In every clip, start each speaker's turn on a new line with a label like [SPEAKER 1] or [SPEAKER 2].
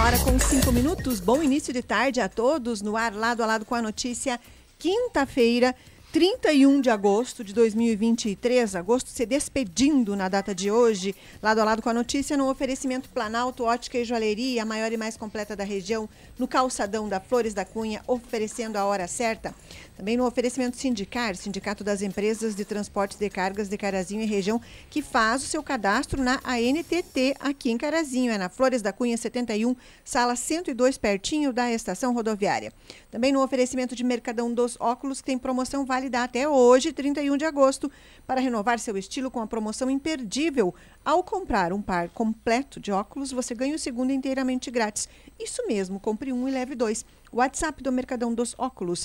[SPEAKER 1] 1h05. Bom início de tarde a todos. No ar, lado a lado com a notícia. Quinta-feira, 31 de agosto de 2023. Agosto se despedindo na data de hoje. Lado a lado com a notícia no oferecimento Planalto Ótica e Joalheria, a maior e mais completa da região, no calçadão da Flores da Cunha, oferecendo a hora certa. Também no oferecimento Sindicar, Sindicato das Empresas de Transportes de Cargas de Carazinho e região, que faz o seu cadastro na ANTT aqui em Carazinho. É na Flores da Cunha 71, sala 102, pertinho da estação rodoviária. Também no oferecimento de Mercadão dos Óculos, que tem promoção válida até hoje, 31 de agosto, para renovar seu estilo com a promoção imperdível. Ao comprar um par completo de óculos, você ganha o segundo inteiramente grátis. Isso mesmo, compre um e leve dois. WhatsApp do Mercadão dos Óculos,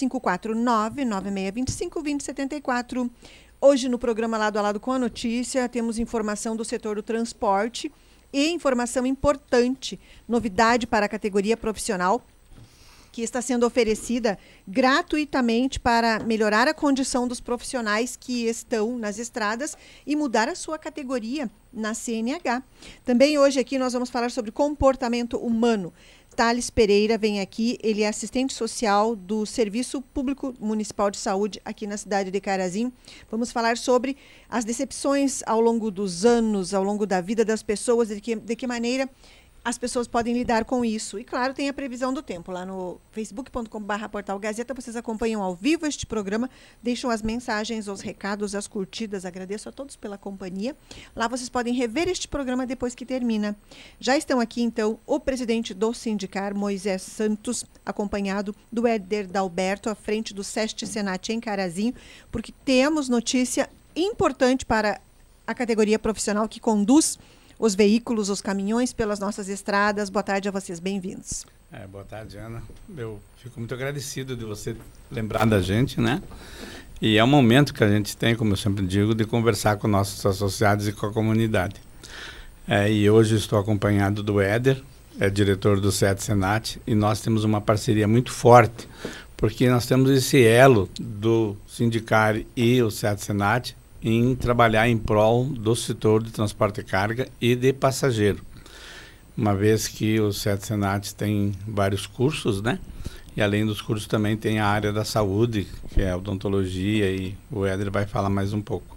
[SPEAKER 1] 549-9625-2074. Hoje no programa Lado a Lado com a Notícia, temos informação do setor do transporte e informação importante, novidade para a categoria profissional, que está sendo oferecida gratuitamente para melhorar a condição dos profissionais que estão nas estradas e mudar a sua categoria na CNH. Também hoje aqui nós vamos falar sobre comportamento humano. Thales Pereira vem aqui, ele é assistente social do Serviço Público Municipal de Saúde aqui na cidade de Carazinho. Vamos falar sobre as decepções ao longo dos anos, ao longo da vida das pessoas, de que maneira as pessoas podem lidar com isso. E, claro, tem a previsão do tempo. Lá no facebook.com/portal Gazeta, vocês acompanham ao vivo este programa, deixam as mensagens, os recados, as curtidas. Agradeço a todos pela companhia. Lá vocês podem rever este programa depois que termina. Já estão aqui, então, o presidente do Sindicar, Moisés Santos, acompanhado do Éder Dalberto, à frente do SEST Senat em Carazinho, porque temos notícia importante para a categoria profissional que conduz os veículos, os caminhões pelas nossas estradas. Boa tarde a vocês, bem-vindos.
[SPEAKER 2] Boa tarde, Ana. Eu fico muito agradecido de você lembrar da gente, né? E é um momento que a gente tem, como eu sempre digo, de conversar com nossos associados e com a comunidade. E hoje estou acompanhado do Éder, diretor do SEST Senat, e nós temos uma parceria muito forte, porque nós temos esse elo do Sindicar e o SEST Senat em trabalhar em prol do setor de transporte de carga e de passageiro. Uma vez que o SEST Senat tem vários cursos, né? E além dos cursos também tem a área da saúde, que é a odontologia, e o Éder vai falar mais um pouco.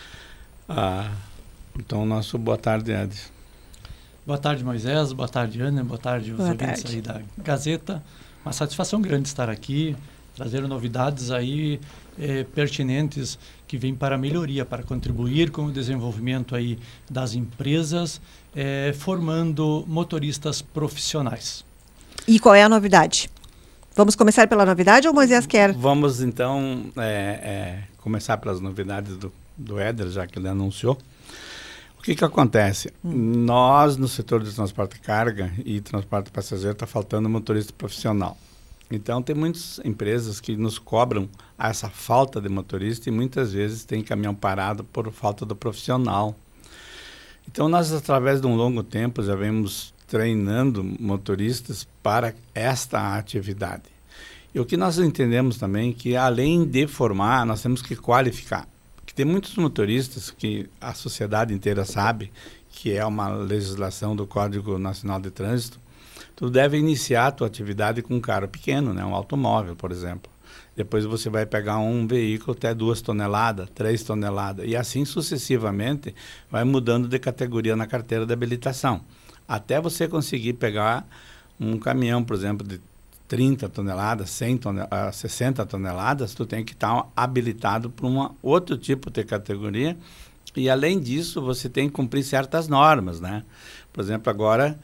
[SPEAKER 2] Então, nosso boa tarde, Éder.
[SPEAKER 3] Boa tarde, Moisés. Boa tarde, Ana. Boa tarde, os ouvintes aí da Gazeta. Uma satisfação grande estar aqui, trazer novidades aí pertinentes que vêm para a melhoria, para contribuir com o desenvolvimento aí das empresas, formando motoristas profissionais.
[SPEAKER 1] E qual é a novidade? Vamos começar pela novidade ou o Moisés quer?
[SPEAKER 2] Vamos então começar pelas novidades do Éder, já que ele anunciou. O que acontece? Nós, no setor de transporte de carga e transporte de passageiro, está faltando motorista profissional. Então, tem muitas empresas que nos cobram essa falta de motorista e muitas vezes tem caminhão parado por falta do profissional. Então, nós, através de um longo tempo, já vemos treinando motoristas para esta atividade. E o que nós entendemos também é que, além de formar, nós temos que qualificar. Porque tem muitos motoristas que a sociedade inteira sabe que é uma legislação do Código Nacional de Trânsito. Tu deve iniciar a tua atividade com um carro pequeno, né? Um automóvel, por exemplo. Depois você vai pegar um veículo até 2 toneladas, 3 toneladas, e assim sucessivamente vai mudando de categoria na carteira de habilitação. Até você conseguir pegar um caminhão, por exemplo, de 30 toneladas, 60 toneladas, tu tem que estar habilitado para outro tipo de categoria. E além disso, você tem que cumprir certas normas, né? Por exemplo, agora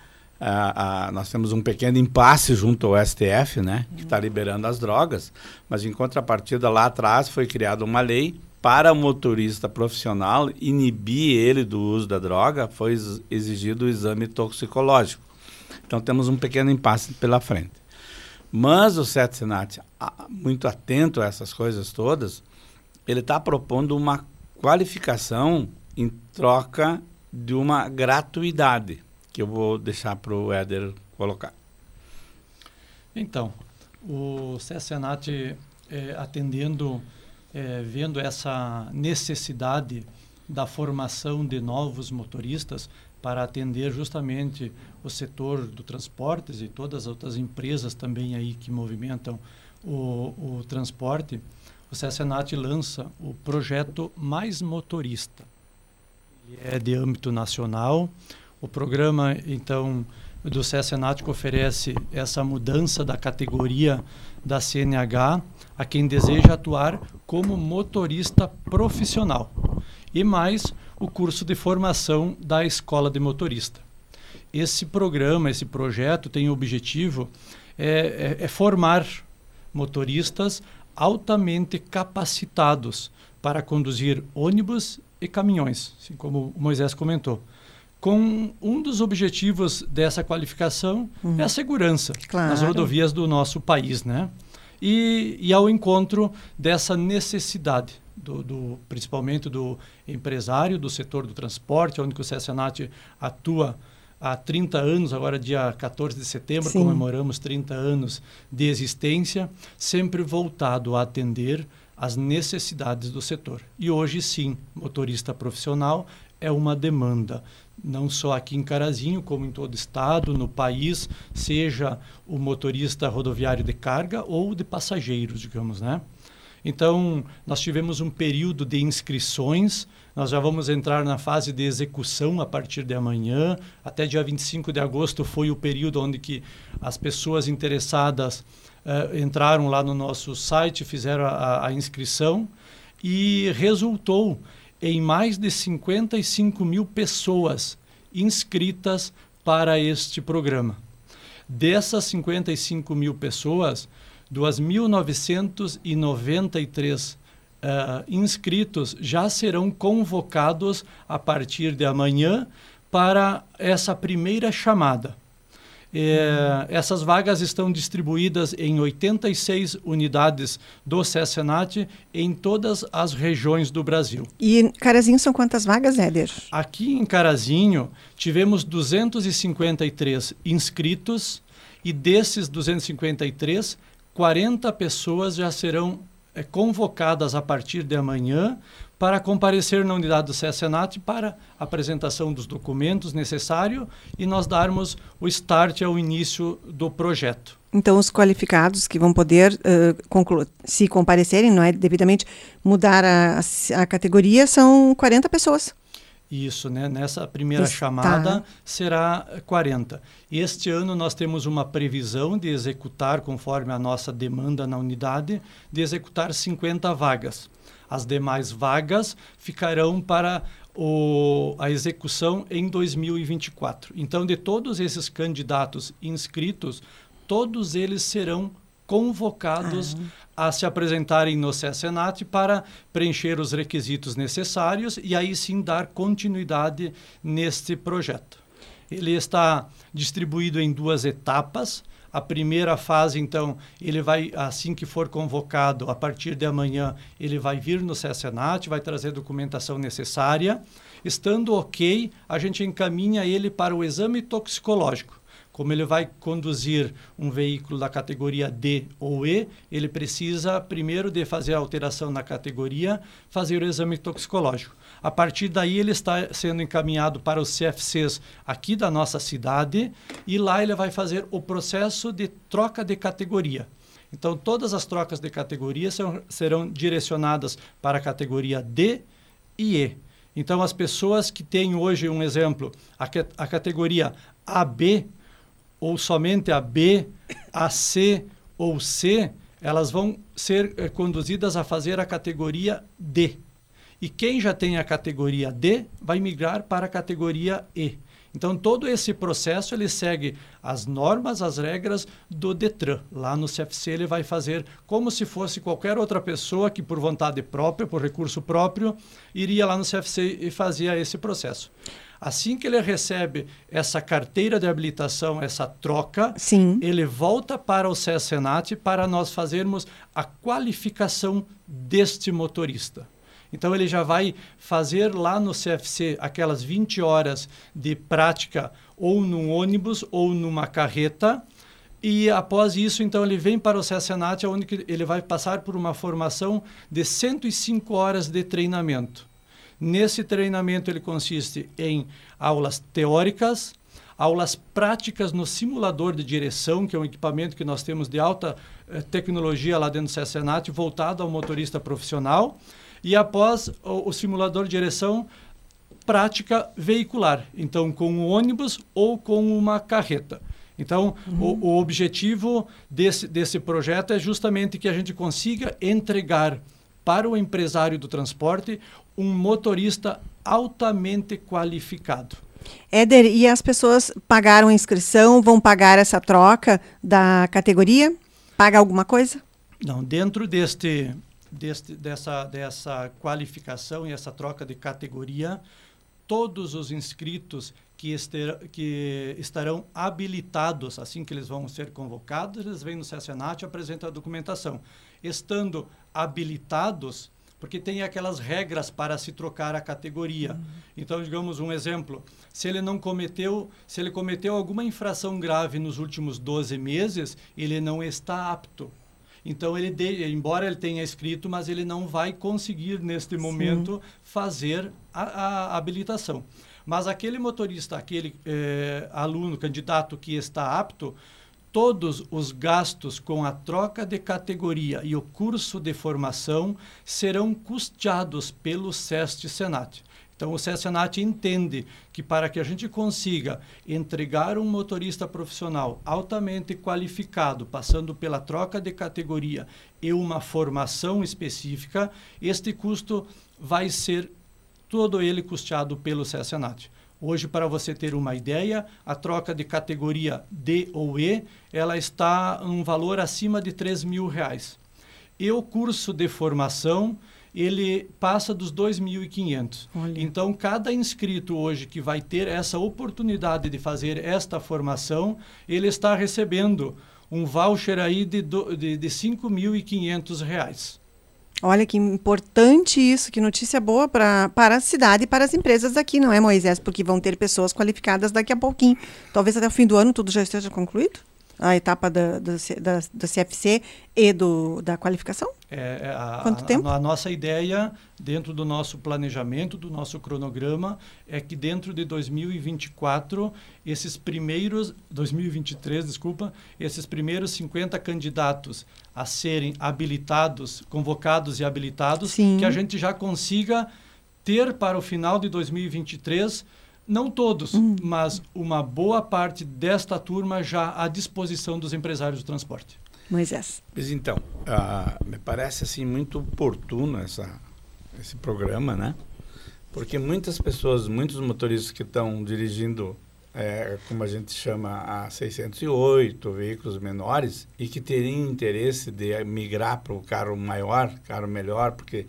[SPEAKER 2] nós temos um pequeno impasse junto ao STF, né, que está liberando as drogas, mas em contrapartida lá atrás foi criada uma lei para o motorista profissional inibir ele do uso da droga, foi exigido o exame toxicológico. Então temos um pequeno impasse pela frente. Mas o SEST Senat, muito atento a essas coisas todas, ele está propondo uma qualificação em troca de uma gratuidade, que eu vou deixar para o Éder colocar.
[SPEAKER 3] Então, o SEST Senat, atendendo, vendo essa necessidade da formação de novos motoristas, para atender justamente o setor do transportes e todas as outras empresas também aí que movimentam o transporte, o CESENAT lança o projeto Mais Motorista. Ele é de âmbito nacional. O programa, então, do CESENAT que oferece essa mudança da categoria da CNH a quem deseja atuar como motorista profissional. E mais o curso de formação da Escola de Motorista. Esse programa, esse projeto tem o objetivo é formar motoristas altamente capacitados para conduzir ônibus e caminhões, assim como o Moisés comentou. Com um dos objetivos dessa qualificação é a segurança nas rodovias do nosso país, né? E ao encontro dessa necessidade, principalmente do empresário do setor do transporte, onde o CESENAT atua há 30 anos, agora dia 14 de setembro, Sim. comemoramos 30 anos de existência, sempre voltado a atender as necessidades do setor. E hoje, sim, motorista profissional é uma demanda, não só aqui em Carazinho, como em todo o estado, no país, seja o motorista rodoviário de carga ou de passageiros, digamos, né? Então, nós tivemos um período de inscrições, nós já vamos entrar na fase de execução a partir de amanhã, até dia 25 de agosto foi o período onde que as pessoas interessadas entraram lá no nosso site, fizeram a inscrição e resultou em mais de 55 mil pessoas inscritas para este programa. Dessas 55 mil pessoas, 2.993 inscritos já serão convocados a partir de amanhã para essa primeira chamada. Essas vagas estão distribuídas em 86 unidades do CESENAT em todas as regiões do Brasil.
[SPEAKER 1] E em Carazinho são quantas vagas, Éder?
[SPEAKER 3] Aqui em Carazinho tivemos 253 inscritos e desses 253, 40 pessoas já serão convocadas a partir de amanhã para comparecer na unidade do CESENAT para apresentação dos documentos necessários e nós darmos o start ao início do projeto.
[SPEAKER 1] Então, os qualificados que vão poder, se comparecerem, não é devidamente mudar a categoria, são 40 pessoas.
[SPEAKER 3] Isso, né? Nessa primeira chamada será 40. Este ano nós temos uma previsão de executar, conforme a nossa demanda na unidade, de executar 50 vagas. As demais vagas ficarão para a execução em 2024. Então, de todos esses candidatos inscritos, todos eles serão convocados a se apresentarem no CESENAT para preencher os requisitos necessários e aí sim dar continuidade neste projeto. Ele está distribuído em 2 etapas. A primeira fase, então, ele vai, assim que for convocado, a partir de amanhã, ele vai vir no CESENAT, vai trazer a documentação necessária. Estando ok, a gente encaminha ele para o exame toxicológico. Como ele vai conduzir um veículo da categoria D ou E, ele precisa primeiro de fazer a alteração na categoria, fazer o exame toxicológico. A partir daí ele está sendo encaminhado para os CFCs aqui da nossa cidade e lá ele vai fazer o processo de troca de categoria. Então todas as trocas de categoria serão direcionadas para a categoria D e E. Então as pessoas que têm hoje, um exemplo, a categoria AB, ou somente a B, a C ou C, elas vão ser conduzidas a fazer a categoria D. E quem já tem a categoria D vai migrar para a categoria E. Então, todo esse processo ele segue as normas, as regras do DETRAN. Lá no CFC ele vai fazer como se fosse qualquer outra pessoa que, por vontade própria, por recurso próprio, iria lá no CFC e fazia esse processo. Assim que ele recebe essa carteira de habilitação, essa troca,
[SPEAKER 1] Sim.
[SPEAKER 3] ele volta para o CESENAT para nós fazermos a qualificação deste motorista. Então, ele já vai fazer lá no CFC aquelas 20 horas de prática ou num ônibus ou numa carreta. E, após isso, então, ele vem para o CESENAT, onde ele vai passar por uma formação de 105 horas de treinamento. Nesse treinamento ele consiste em aulas teóricas, aulas práticas no simulador de direção, que é um equipamento que nós temos de alta tecnologia lá dentro do CESENAT, voltado ao motorista profissional, e após o simulador de direção, prática veicular, então com um ônibus ou com uma carreta. Então, o objetivo desse projeto é justamente que a gente consiga entregar para o empresário do transporte um motorista altamente qualificado.
[SPEAKER 1] Éder, e as pessoas pagaram a inscrição, vão pagar essa troca da categoria? Paga alguma coisa?
[SPEAKER 3] Não, dentro dessa qualificação e essa troca de categoria, todos os inscritos que estarão habilitados, assim que eles vão ser convocados, eles vêm no CESENAT e apresentam a documentação. Estando habilitados, porque tem aquelas regras para se trocar a categoria. Então, digamos um exemplo, se ele cometeu alguma infração grave nos últimos 12 meses, ele não está apto. Então, embora ele tenha escrito, mas ele não vai conseguir, neste momento, fazer a habilitação. Mas aquele motorista, aquele aluno, candidato que está apto, todos os gastos com a troca de categoria e o curso de formação serão custeados pelo SEST-SENAT. Então, o SEST-SENAT entende que para que a gente consiga entregar um motorista profissional altamente qualificado, passando pela troca de categoria e uma formação específica, este custo vai ser todo ele custeado pelo SEST-SENAT. Hoje, para você ter uma ideia, a troca de categoria D ou E, ela está um valor acima de R$3.000. E o curso de formação, ele passa dos R$2.500. Então, cada inscrito hoje que vai ter essa oportunidade de fazer esta formação, ele está recebendo um voucher aí de R$5.500.
[SPEAKER 1] Olha que importante isso, que notícia boa para a cidade e para as empresas daqui, não é, Moisés? Porque vão ter pessoas qualificadas daqui a pouquinho. Talvez até o fim do ano tudo já esteja concluído? A etapa da CFC e da qualificação? Quanto tempo?
[SPEAKER 3] A nossa ideia, dentro do nosso planejamento, do nosso cronograma, é que dentro de 2023, esses primeiros 50 candidatos a serem habilitados, convocados e habilitados,
[SPEAKER 1] Sim.
[SPEAKER 3] que a gente já consiga ter para o final de 2023, não todos, mas uma boa parte desta turma já à disposição dos empresários do transporte.
[SPEAKER 1] Moisés.
[SPEAKER 2] Mas então, me parece assim muito oportuno esse programa, né? Porque muitas pessoas, muitos motoristas que estão dirigindo, como a gente chama, a 608, veículos menores, e que teriam interesse de migrar para o carro maior, carro melhor, porque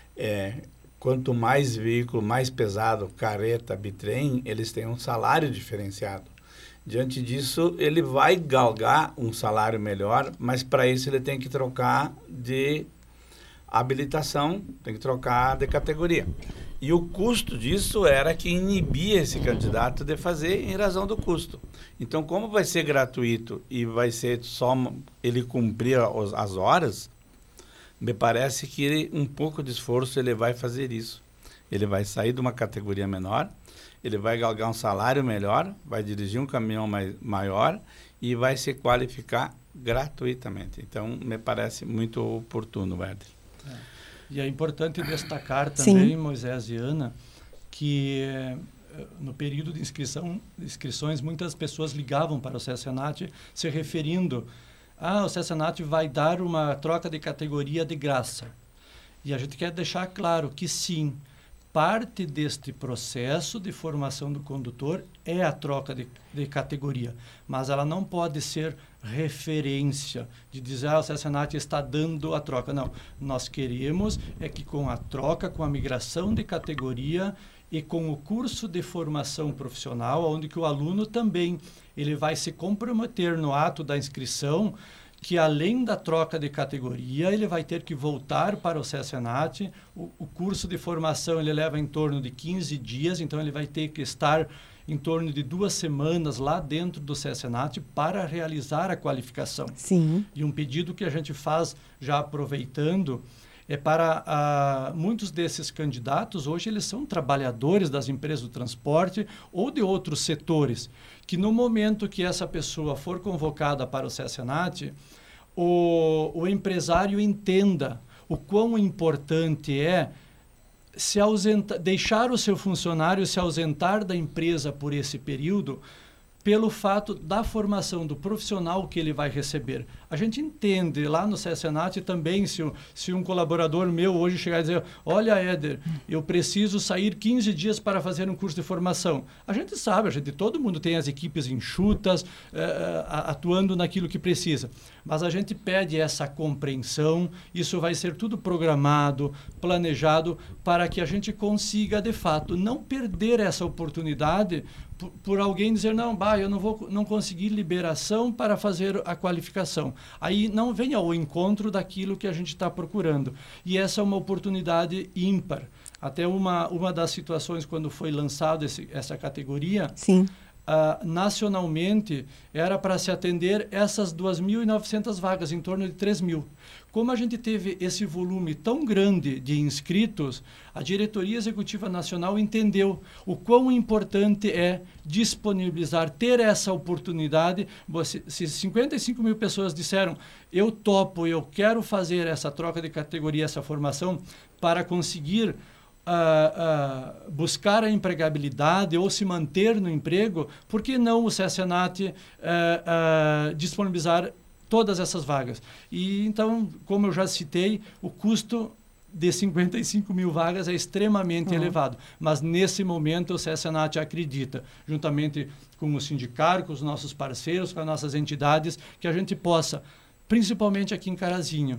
[SPEAKER 2] quanto mais veículo, mais pesado, carreta, bitrem, eles têm um salário diferenciado. Diante disso, ele vai galgar um salário melhor, mas para isso ele tem que trocar de habilitação, tem que trocar de categoria. E o custo disso era que inibia esse candidato de fazer em razão do custo. Então, como vai ser gratuito e vai ser só ele cumprir as horas, me parece que um pouco de esforço ele vai fazer isso. Ele vai sair de uma categoria menor, ele vai galgar um salário melhor, vai dirigir um caminhão maior e vai se qualificar gratuitamente. Então, me parece muito oportuno, Éder.
[SPEAKER 3] E é importante destacar também,
[SPEAKER 1] Sim.
[SPEAKER 3] Moisés e Ana, que no período de inscrições, muitas pessoas ligavam para o CESENAT se referindo o CESENAT vai dar uma troca de categoria de graça. E a gente quer deixar claro que sim, parte deste processo de formação do condutor é a troca de categoria, mas ela não pode ser referência de dizer o CESENAT está dando a troca. Não, nós queremos que com a troca, com a migração de categoria e com o curso de formação profissional, onde que o aluno também ele vai se comprometer no ato da inscrição, que além da troca de categoria, ele vai ter que voltar para o CESENAT. O curso de formação ele leva em torno de 15 dias, então ele vai ter que estar em torno de 2 semanas lá dentro do CESENAT para realizar a qualificação.
[SPEAKER 1] Sim.
[SPEAKER 3] E um pedido que a gente faz, já aproveitando, para muitos desses candidatos, hoje eles são trabalhadores das empresas do transporte ou de outros setores, que no momento que essa pessoa for convocada para o SESC-Senat, o empresário entenda o quão importante é deixar o seu funcionário se ausentar da empresa por esse período, pelo fato da formação do profissional que ele vai receber. A gente entende lá no SESC-Senat também, se um colaborador meu hoje chegar e dizer, olha, Éder, eu preciso sair 15 dias para fazer um curso de formação. A gente sabe, todo mundo tem as equipes enxutas, atuando naquilo que precisa. Mas a gente pede essa compreensão, isso vai ser tudo programado, planejado, para que a gente consiga, de fato, não perder essa oportunidade por alguém dizer, eu não consegui liberação para fazer a qualificação. Aí não vem ao encontro daquilo que a gente está procurando. E essa é uma oportunidade ímpar. Até uma das situações, quando foi lançada essa categoria,
[SPEAKER 1] sim,
[SPEAKER 3] nacionalmente, era para se atender essas 2.900 vagas, em torno de 3.000. Como a gente teve esse volume tão grande de inscritos, a Diretoria Executiva Nacional entendeu o quão importante é disponibilizar, ter essa oportunidade. Se 55 mil pessoas disseram, eu topo, eu quero fazer essa troca de categoria, essa formação, para conseguir buscar a empregabilidade ou se manter no emprego, por que não o SESC-Senat disponibilizar todas essas vagas? E então, como eu já citei, o custo de 55 mil vagas é extremamente elevado, mas nesse momento o SESC-Senat acredita, juntamente com o sindicato, com os nossos parceiros, com as nossas entidades, que a gente possa, principalmente aqui em Carazinho,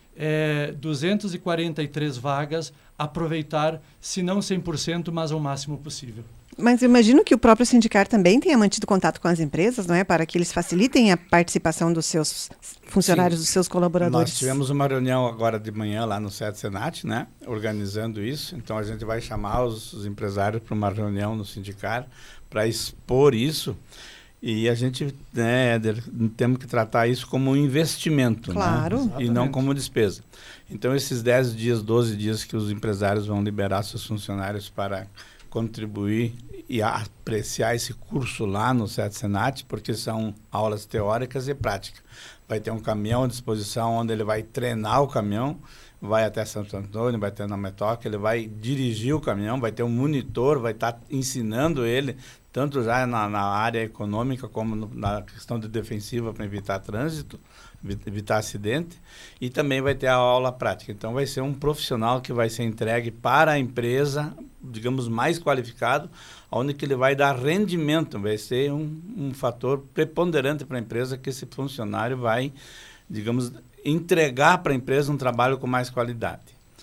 [SPEAKER 3] 243 vagas, aproveitar, se não 100%, mas ao máximo possível.
[SPEAKER 1] Mas eu imagino que o próprio sindicato também tenha mantido contato com as empresas, não é? Para que eles facilitem a participação dos seus funcionários, dos seus colaboradores.
[SPEAKER 2] Nós tivemos uma reunião agora de manhã lá no SESC-Senat, né? Organizando isso. Então, a gente vai chamar os empresários para uma reunião no sindicato para expor isso. E a gente, Éder, temos que tratar isso como um investimento,
[SPEAKER 1] claro,
[SPEAKER 2] né? E não como despesa. Então, esses 10 dias, 12 dias que os empresários vão liberar seus funcionários para contribuir e apreciar esse curso lá no SESC-Senat, porque são aulas teóricas e práticas. Vai ter um caminhão à disposição onde ele vai treinar o caminhão, vai até Santo Antônio, vai ter na Metoca, ele vai dirigir o caminhão, vai ter um monitor, vai estar ensinando ele, tanto já na área econômica como na questão de defensiva para evitar trânsito, evitar acidente, e também vai ter a aula prática. Então, vai ser um profissional que vai ser entregue para a empresa, digamos, mais qualificado, onde que ele vai dar rendimento, vai ser um fator preponderante para a empresa, que esse funcionário vai, digamos, entregar para a empresa um trabalho com mais qualidade.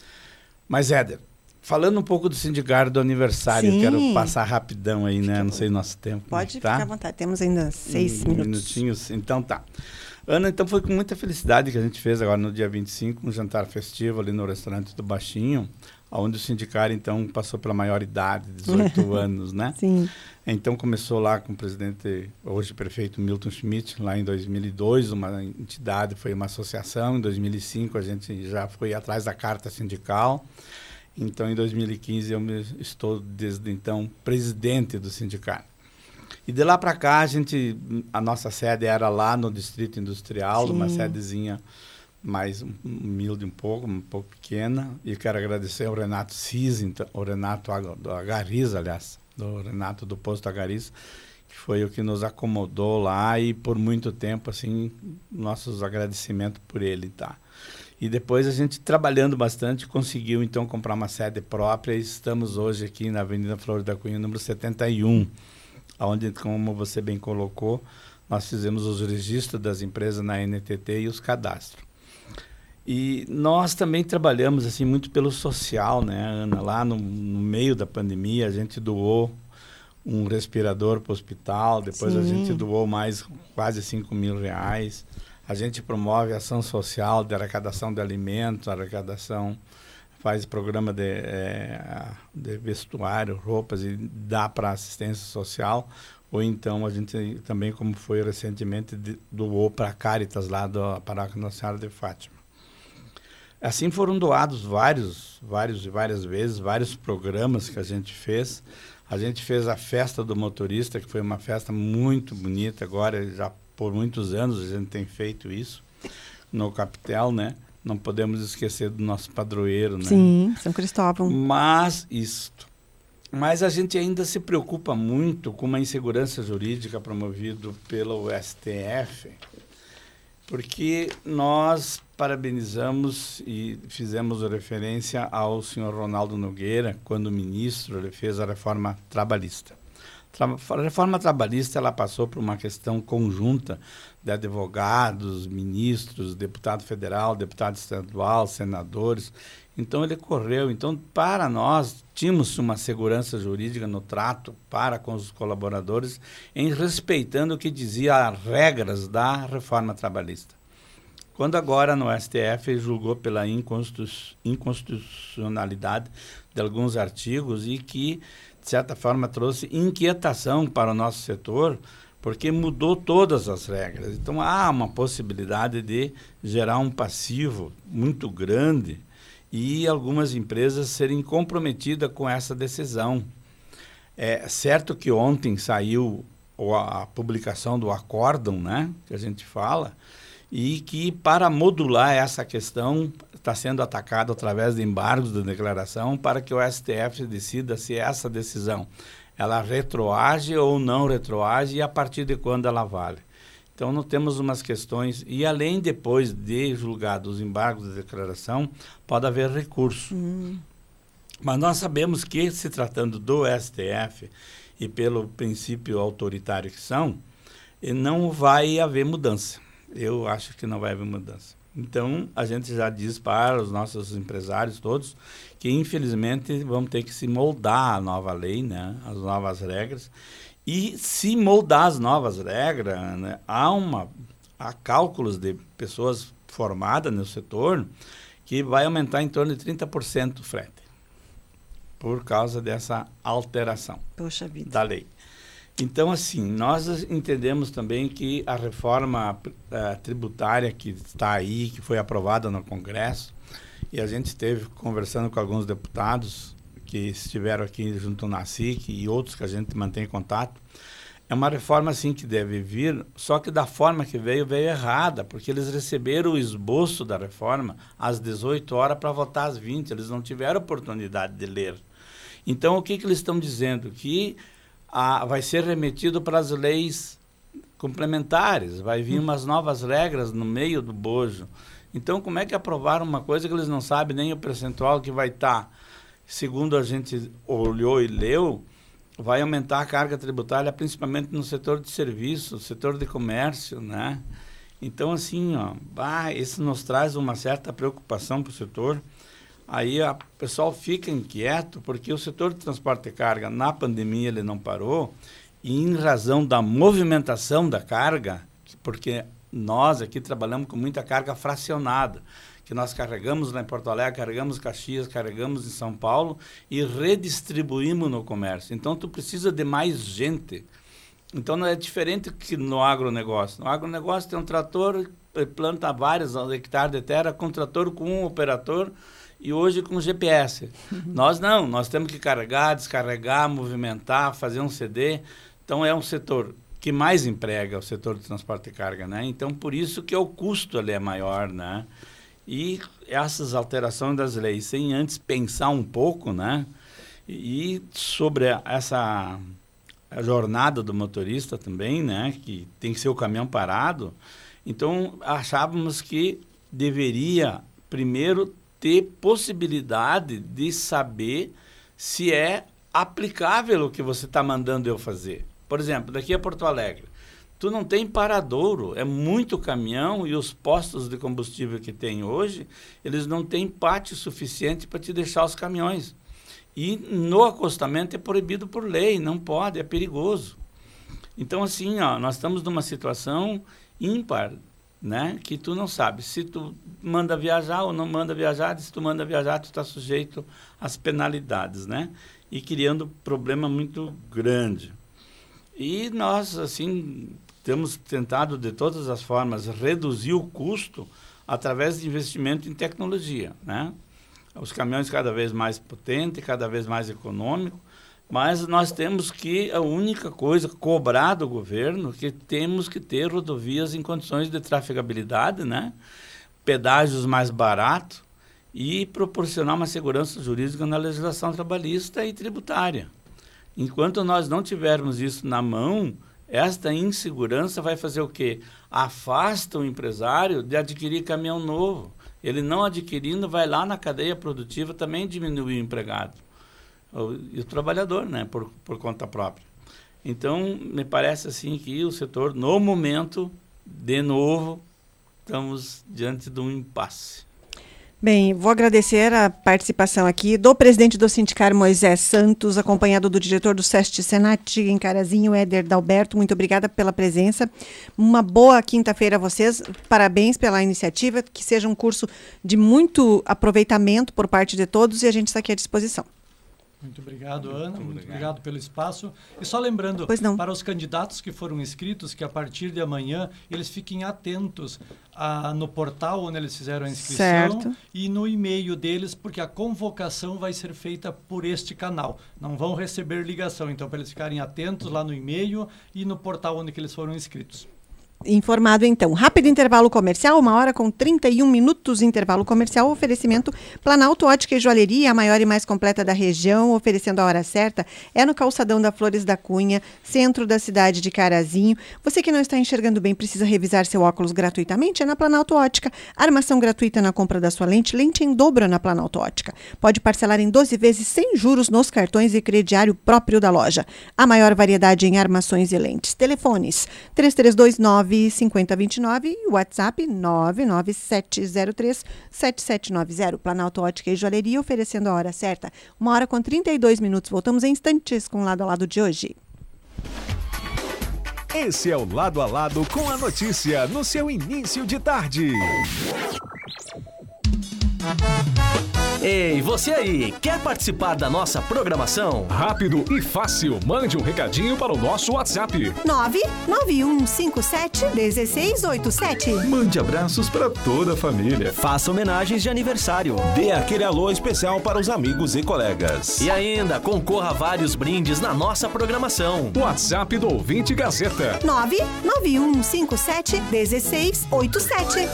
[SPEAKER 2] Mas, Éder, falando um pouco do sindicato do aniversário,
[SPEAKER 1] sim,
[SPEAKER 2] quero passar rapidão aí, né? Não sei o nosso tempo.
[SPEAKER 1] Pode ficar à vontade, temos ainda 6
[SPEAKER 2] minutinhos. Então tá. Ana, então foi com muita felicidade que a gente fez agora no dia 25, um jantar festivo ali no restaurante do Baixinho, onde o sindicato então passou pela maioridade, 18 anos, né?
[SPEAKER 1] Sim.
[SPEAKER 2] Então começou lá com o presidente, hoje prefeito Milton Schmidt, lá em 2002, uma entidade, foi uma associação. Em 2005 a gente já foi atrás da carta sindical. Então, em 2015, eu estou, desde então, presidente do sindicato. E de lá para cá, a nossa sede era lá no Distrito Industrial, sim, uma sedezinha mais humilde um pouco pequena. E eu quero agradecer ao Renato Cis, então, o Renato do Agariz, aliás, do Renato do Posto Agariz, que foi o que nos acomodou lá, e por muito tempo, assim, nossos agradecimentos por ele, tá? E depois a gente, trabalhando bastante, conseguiu então comprar uma sede própria, e estamos hoje aqui na Avenida Flores da Cunha, número 71, onde, como você bem colocou, nós fizemos os registros das empresas na NTT e os cadastros. E nós também trabalhamos assim muito pelo social, né, Ana? Lá no meio da pandemia, a gente doou um respirador para o hospital, depois, sim, a gente doou mais quase R$5.000. A gente promove ação social de arrecadação de alimentos, faz programa de vestuário, roupas, e dá para assistência social. Ou então a gente também, como foi recentemente, doou para a Caritas lá da Paróquia Nossa Senhora de Fátima. Assim foram doados várias vezes, vários programas que a gente fez. A gente fez a festa do motorista, que foi uma festa muito bonita. Agora, já por muitos anos, a gente tem feito isso no Capitel, né? Não podemos esquecer do nosso padroeiro, né?
[SPEAKER 1] Sim, São Cristóvão.
[SPEAKER 2] Mas a gente ainda se preocupa muito com uma insegurança jurídica promovida pelo STF, porque nós parabenizamos e fizemos referência ao senhor Ronaldo Nogueira, quando ministro, ele fez a reforma trabalhista. A reforma trabalhista, ela passou por uma questão conjunta de advogados, ministros, deputado federal, deputado estadual, senadores. Então, ele correu. Então, para nós, tínhamos uma segurança jurídica no trato para com os colaboradores, em respeitando o que dizia as regras da reforma trabalhista. Quando agora no STF julgou pela inconstitucionalidade de alguns artigos e que, de certa forma, trouxe inquietação para o nosso setor, porque mudou todas as regras. Então, há uma possibilidade de gerar um passivo muito grande e algumas empresas serem comprometidas com essa decisão. É certo que ontem saiu a publicação do acórdão, né, que a gente fala, e que para modular essa questão está sendo atacado através de embargos de declaração para que o STF decida se essa decisão ela retroage ou não retroage e a partir de quando ela vale. Então, nós temos umas questões, e além depois de julgados os embargos de declaração, pode haver recurso. Mas nós sabemos que, se tratando do STF e pelo princípio autoritário que são, não vai haver mudança. Eu acho que não vai haver mudança. Então, a gente já diz para os nossos empresários todos que, infelizmente, vamos ter que se moldar à nova lei, né, as novas regras. E se moldar as novas regras, né, há cálculos de pessoas formadas no setor que vai aumentar em torno de 30% o frete, por causa dessa alteração da lei. Então, assim, nós entendemos também que a reforma tributária que está aí, que foi aprovada no Congresso, e a gente esteve conversando com alguns deputados que estiveram aqui junto ao NACIC e outros que a gente mantém contato, é uma reforma, assim, que deve vir, só que da forma que veio errada, porque eles receberam o esboço da reforma às 18 horas para votar às 20, eles não tiveram oportunidade de ler. Então, o que eles estão dizendo? Que vai ser remetido para as leis complementares, vai vir umas novas regras no meio do bojo. Então, como é que aprovaram uma coisa que eles não sabem nem o percentual que vai estar? Segundo a gente olhou e leu, vai aumentar a carga tributária, principalmente no setor de serviço, setor de comércio, né? Então, assim, isso nos traz uma certa preocupação para o setor. Aí o pessoal fica inquieto, porque o setor de transporte de carga, na pandemia, ele não parou, e em razão da movimentação da carga, porque nós aqui trabalhamos com muita carga fracionada, que nós carregamos lá em Porto Alegre, carregamos em Caxias, carregamos em São Paulo e redistribuímos no comércio. Então, tu precisa de mais gente. Então, não é diferente que no agronegócio. No agronegócio tem um trator, planta vários hectares de terra, com trator, com um operador, e hoje com GPS. Nós não, nós temos que carregar, descarregar, movimentar, fazer um CD. Então, é um setor que mais emprega, o setor de transporte de carga, né? Então, por isso que o custo ali é maior, né? E essas alterações das leis, sem antes pensar um pouco, né? E sobre essa jornada do motorista também, né? Que tem que ser o caminhão parado. Então, achávamos que deveria, primeiro, ter possibilidade de saber se é aplicável o que você está mandando eu fazer. Por exemplo, daqui a Porto Alegre, tu não tem paradouro, é muito caminhão e os postos de combustível que tem hoje, eles não têm pátio suficiente para te deixar os caminhões. E no acostamento é proibido por lei, não pode, é perigoso. Então, assim, nós estamos numa situação ímpar, né, que tu não sabe se tu manda viajar ou não manda viajar, se tu manda viajar, tu está sujeito às penalidades, né, e criando problema muito grande. E nós, assim, temos tentado de todas as formas reduzir o custo através de investimento em tecnologia, né? Os caminhões cada vez mais potentes, cada vez mais econômicos, mas nós temos que, a única coisa, cobrar do governo, que temos que ter rodovias em condições de trafegabilidade, né? Pedágios mais baratos e proporcionar uma segurança jurídica na legislação trabalhista e tributária. Enquanto nós não tivermos isso na mão, esta insegurança vai fazer o quê? Afasta o empresário de adquirir caminhão novo. Ele não adquirindo, vai lá na cadeia produtiva também diminuir o empregado. E o trabalhador, né? Por conta própria. Então, me parece assim que o setor, no momento, de novo, estamos diante de um impasse.
[SPEAKER 1] Bem, vou agradecer a participação aqui do presidente do Sindicar, Moisés Santos, acompanhado do diretor do SEST Senat em Carazinho, Éder Dalberto. Muito obrigada pela presença. Uma boa quinta-feira a vocês. Parabéns pela iniciativa. Que seja um curso de muito aproveitamento por parte de todos e a gente está aqui à disposição.
[SPEAKER 3] Muito obrigado, Ana. Muito obrigado pelo espaço. E só lembrando, para os candidatos que foram inscritos, que a partir de amanhã eles fiquem atentos no portal onde eles fizeram a inscrição e no e-mail deles, porque a convocação vai ser feita por este canal. Não vão receber ligação, então para eles ficarem atentos lá no e-mail e no portal onde que eles foram inscritos.
[SPEAKER 1] Informado então. Rápido intervalo comercial, 1h31, intervalo comercial, oferecimento Planalto Ótica e Joalheria, a maior e mais completa da região, oferecendo a hora certa, é no calçadão da Flores da Cunha, centro da cidade de Carazinho. Você que não está enxergando bem, precisa revisar seu óculos gratuitamente, é na Planalto Ótica, armação gratuita na compra da sua lente em dobro na Planalto Ótica. Pode parcelar em 12 vezes sem juros nos cartões e crediário próprio da loja. A maior variedade em armações e lentes. Telefones 3329 5029 e WhatsApp 99703-7790. Planalto Ótica e Joalheria oferecendo a hora certa. 1h32. Voltamos em instantes com o Lado a Lado de hoje.
[SPEAKER 4] Esse é o Lado a Lado com a notícia no seu início de tarde.
[SPEAKER 5] Ei, você aí, quer participar da nossa programação?
[SPEAKER 4] Rápido e fácil, mande um recadinho para o nosso WhatsApp.
[SPEAKER 6] 991571687.
[SPEAKER 4] Mande abraços para toda a família.
[SPEAKER 5] Faça homenagens de aniversário.
[SPEAKER 7] Dê aquele alô especial para os amigos e colegas.
[SPEAKER 5] E ainda, concorra a vários brindes na nossa programação.
[SPEAKER 4] WhatsApp do Ouvinte Gazeta.
[SPEAKER 6] 991571687.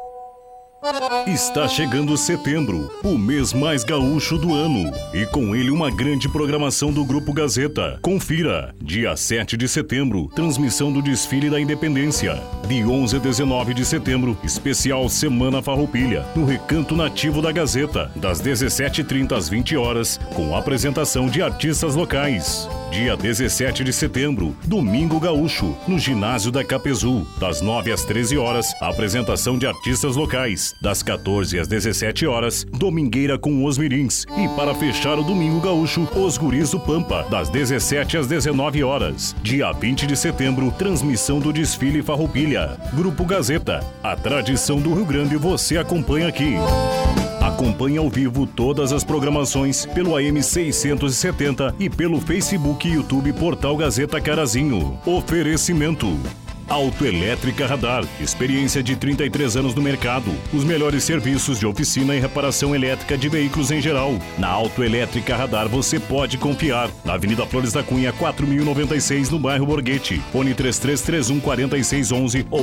[SPEAKER 8] Está chegando setembro, o mês mais gaúcho do ano, e com ele uma grande programação do Grupo Gazeta. Confira, dia 7 de setembro, transmissão do desfile da Independência. De 11 a 19 de setembro, especial Semana Farroupilha, no Recanto Nativo da Gazeta, das 17h30 às 20 horas, com apresentação de artistas locais. Dia 17 de setembro, Domingo Gaúcho, no Ginásio da Capezu, das 9 às 13 horas, apresentação de artistas locais. Das 14 às 17 horas, Domingueira com os Mirins. E para fechar o Domingo Gaúcho, Os Guris do Pampa, das 17 às 19 horas. Dia 20 de setembro, transmissão do desfile Farroupilha. Grupo Gazeta, a tradição do Rio Grande você acompanha aqui. Acompanhe ao vivo todas as programações pelo AM 670 e pelo Facebook e YouTube Portal Gazeta Carazinho. Oferecimento: Autoelétrica Radar, experiência de 33 anos no mercado. Os melhores serviços de oficina e reparação elétrica de veículos em geral. Na Autoelétrica Radar você pode confiar. Na Avenida Flores da Cunha, 4096, no bairro Borghetti. Fone 3331-4611 ou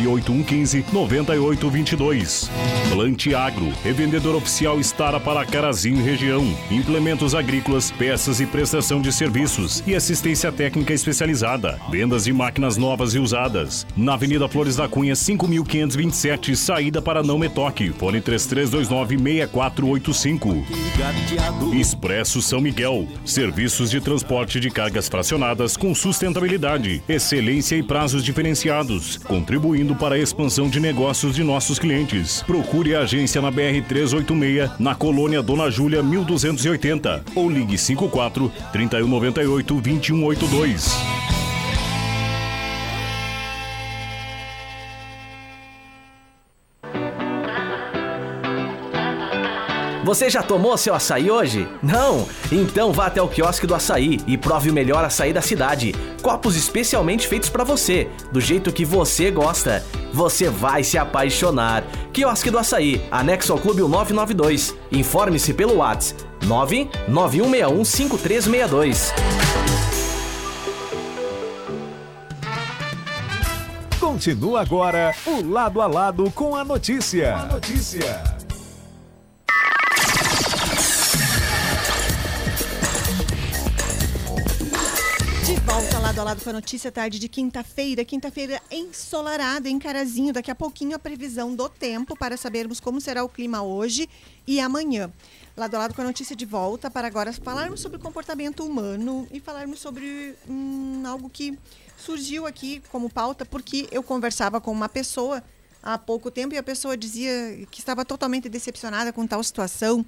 [SPEAKER 8] 98115-9822. Plante Agro, revendedor oficial Stara para Carazinho e região. Implementos agrícolas, peças e prestação de serviços e assistência técnica especializada. Vendas de máquinas novas e usadas. Na Avenida Flores da Cunha, 5527, saída para Não Me Toque. Fone 3329-6485. Expresso São Miguel. Serviços de transporte de cargas fracionadas com sustentabilidade, excelência e prazos diferenciados, contribuindo para a expansão de negócios de nossos clientes. Procure a agência na BR-386, na Colônia Dona Júlia, 1280. Ou ligue 54-3198-2182.
[SPEAKER 5] Você já tomou seu açaí hoje? Não? Então vá até o quiosque do açaí e prove o melhor açaí da cidade. Copos especialmente feitos para você, do jeito que você gosta. Você vai se apaixonar. Quiosque do Açaí, anexo ao Clube 992. Informe-se pelo WhatsApp 991615362.
[SPEAKER 4] Continua agora o Lado a Lado com a notícia.
[SPEAKER 1] De volta lado a lado com a notícia, tarde de quinta-feira ensolarada em Carazinho. Daqui a pouquinho a previsão do tempo para sabermos como será o clima hoje e amanhã. Lado a lado com a notícia de volta para agora falarmos sobre comportamento humano e falarmos sobre algo que surgiu aqui como pauta, porque eu conversava com uma pessoa há pouco tempo e a pessoa dizia que estava totalmente decepcionada com tal situação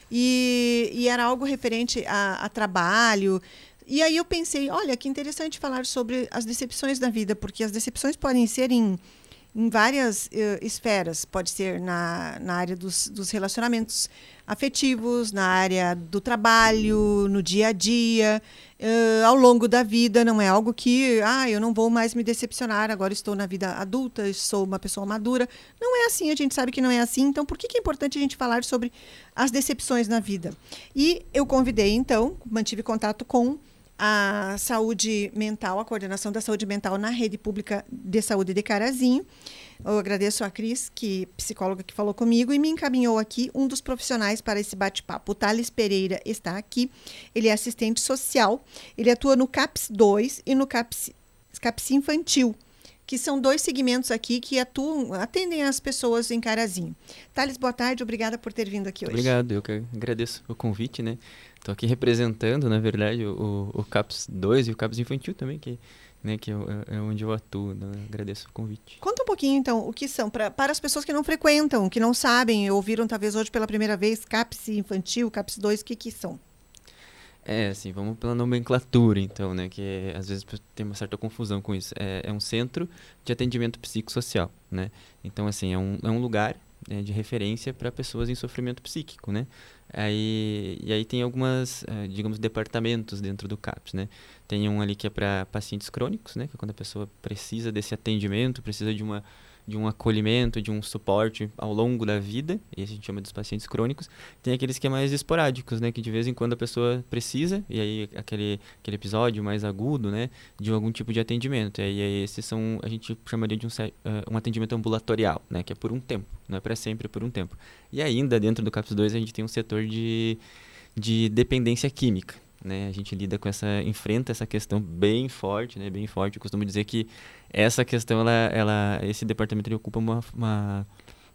[SPEAKER 1] e era algo referente a trabalho. E aí eu pensei, olha, que interessante falar sobre as decepções da vida, porque as decepções podem ser em várias esferas. Pode ser na área dos relacionamentos afetivos, na área do trabalho, no dia a dia, ao longo da vida. Não é algo que, eu não vou mais me decepcionar, agora estou na vida adulta, sou uma pessoa madura. Não é assim, a gente sabe que não é assim. Então, por que é importante a gente falar sobre as decepções na vida? E eu convidei, então, mantive contato com a saúde mental, a coordenação da saúde mental na Rede Pública de Saúde de Carazinho. Eu agradeço a Cris, psicóloga, que falou comigo e me encaminhou aqui um dos profissionais para esse bate-papo. O Thales Pereira está aqui, ele é assistente social, ele atua no CAPS 2 e no CAPS Infantil, que são 2 segmentos aqui que atendem as pessoas em Carazinho. Thales, boa tarde, obrigada por ter vindo aqui hoje.
[SPEAKER 9] Obrigado, eu que agradeço o convite, né? Estou aqui representando, na verdade, o CAPS 2 e o CAPS Infantil também, que é onde eu atuo, né? Agradeço o convite.
[SPEAKER 1] Conta um pouquinho, então, o que são, para as pessoas que não frequentam, que não sabem, ouviram talvez hoje pela primeira vez, CAPS Infantil, CAPS 2, o que são?
[SPEAKER 9] Assim, vamos pela nomenclatura, então, né, que às vezes tem uma certa confusão com isso. É um centro de atendimento psicossocial, né? Então, assim, é um lugar de referência para pessoas em sofrimento psíquico, né? E aí tem algumas, digamos, departamentos dentro do CAPS, né? Tem um ali que é para pacientes crônicos, né? Que é quando a pessoa precisa desse atendimento, precisa de um acolhimento, de um suporte ao longo da vida, e a gente chama dos pacientes crônicos. Tem aqueles que é mais esporádicos, né, que de vez em quando a pessoa precisa, e aí aquele episódio mais agudo, né, de algum tipo de atendimento. E aí esses a gente chamaria de um atendimento ambulatorial, né, que é por um tempo, não é para sempre, é por um tempo. E ainda dentro do CAPS 2 a gente tem um setor de dependência química, né? A gente enfrenta essa questão bem forte, né? Bem forte. Eu costumo dizer que essa questão, esse departamento ele ocupa uma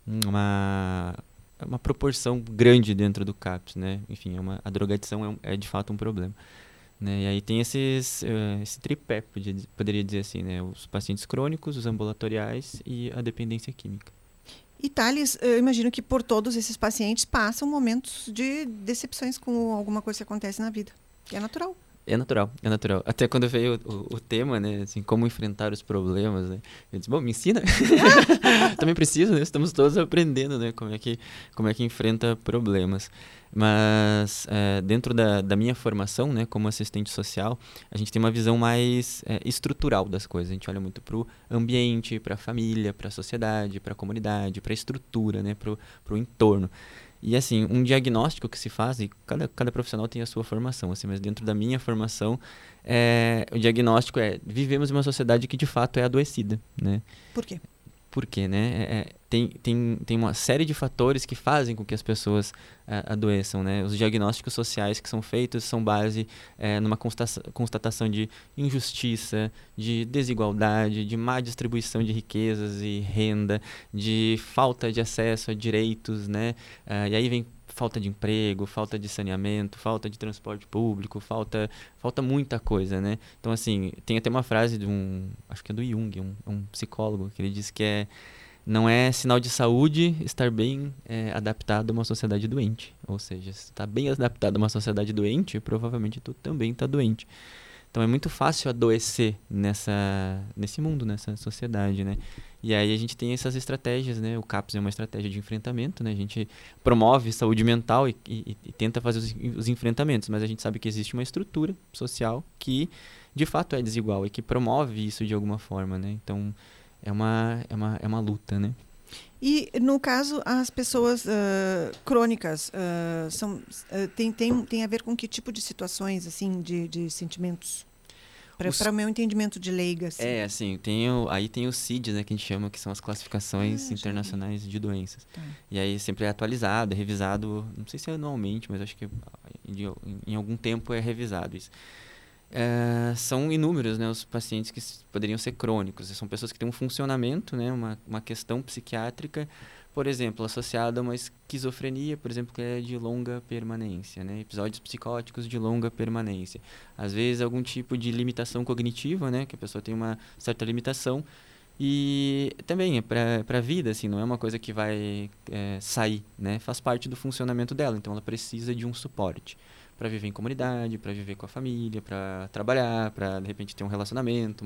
[SPEAKER 9] proporção grande dentro do CAPS, né? Enfim, a drogadição é de fato um problema, né? E aí tem esse tripé, poderia dizer assim, né? Os pacientes crônicos, os ambulatoriais e a dependência química.
[SPEAKER 1] E Thales, eu imagino que por todos esses pacientes passam momentos de decepções com alguma coisa que acontece na vida. É natural.
[SPEAKER 9] É natural. Até quando veio o tema, né, assim, como enfrentar os problemas, né, eu disse, bom, me ensina. Também preciso, né, estamos todos aprendendo, né, como é que enfrenta problemas. Mas dentro da minha formação, né, como assistente social, a gente tem uma visão mais estrutural das coisas. A gente olha muito para o ambiente, para a família, para a sociedade, para a comunidade, para a estrutura, né, para o entorno. E, assim, um diagnóstico que se faz, e cada profissional tem a sua formação, assim, mas dentro da minha formação, o diagnóstico vivemos em uma sociedade que, de fato, é adoecida, né?
[SPEAKER 1] Por quê?
[SPEAKER 9] Porque, né, tem uma série de fatores que fazem com que as pessoas adoeçam, né? Os diagnósticos sociais que são feitos são base numa constatação de injustiça, de desigualdade, de má distribuição de riquezas e renda, de falta de acesso a direitos, né? E aí vem falta de emprego, falta de saneamento, falta de transporte público, falta muita coisa, né? Então, assim, tem até uma frase acho que é do Jung, um psicólogo, que ele diz que não é sinal de saúde estar bem adaptado a uma sociedade doente. Ou seja, se está bem adaptado a uma sociedade doente, provavelmente tu também está doente. Então, é muito fácil adoecer nesse mundo, nessa sociedade, né? E aí a gente tem essas estratégias, né? O CAPS é uma estratégia de enfrentamento, né? A gente promove saúde mental e tenta fazer os enfrentamentos, mas a gente sabe que existe uma estrutura social que, de fato, é desigual e que promove isso de alguma forma, né? Então, é uma luta, né?
[SPEAKER 1] E, no caso, as pessoas crônicas tem a ver com que tipo de situações, assim, de sentimentos? Para o meu entendimento de leiga. Assim.
[SPEAKER 9] Assim, aí tem o CID, né, que a gente chama, que são as classificações internacionais de doenças. Tá. E aí sempre é atualizado, é revisado, não sei se é anualmente, mas acho que em algum tempo é revisado isso. São inúmeros, né, os pacientes que poderiam ser crônicos. São pessoas que têm um funcionamento, né, uma questão psiquiátrica, por exemplo, associada a uma esquizofrenia, por exemplo, que é de longa permanência, né, episódios psicóticos de longa permanência. Às vezes, algum tipo de limitação cognitiva, né, que a pessoa tem uma certa limitação. E também é para a vida, assim, não é uma coisa que vai sair, né, faz parte do funcionamento dela. Então, ela precisa de um suporte para viver em comunidade, para viver com a família, para trabalhar, para de repente ter um relacionamento,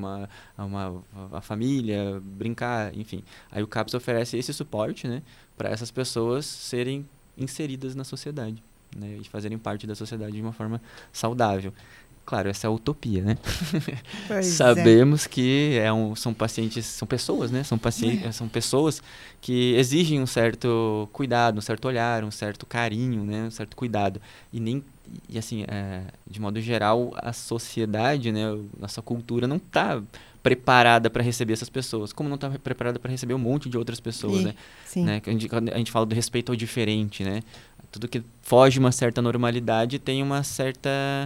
[SPEAKER 9] a família, brincar, enfim. Aí o CAPS oferece esse suporte, né, para essas pessoas serem inseridas na sociedade, né, e fazerem parte da sociedade de uma forma saudável. Claro, essa é a utopia, né? Sabemos que são pacientes, são pessoas, né? São pessoas que exigem um certo cuidado, um certo olhar, um certo carinho, né? Um certo cuidado. E assim, de modo geral, a sociedade, né? Nossa cultura não está preparada para receber essas pessoas, como não está preparada para receber um monte de outras pessoas, né? Sim. Né? Quando a gente fala do respeito ao diferente, né? Tudo que foge de uma certa normalidade tem uma certa...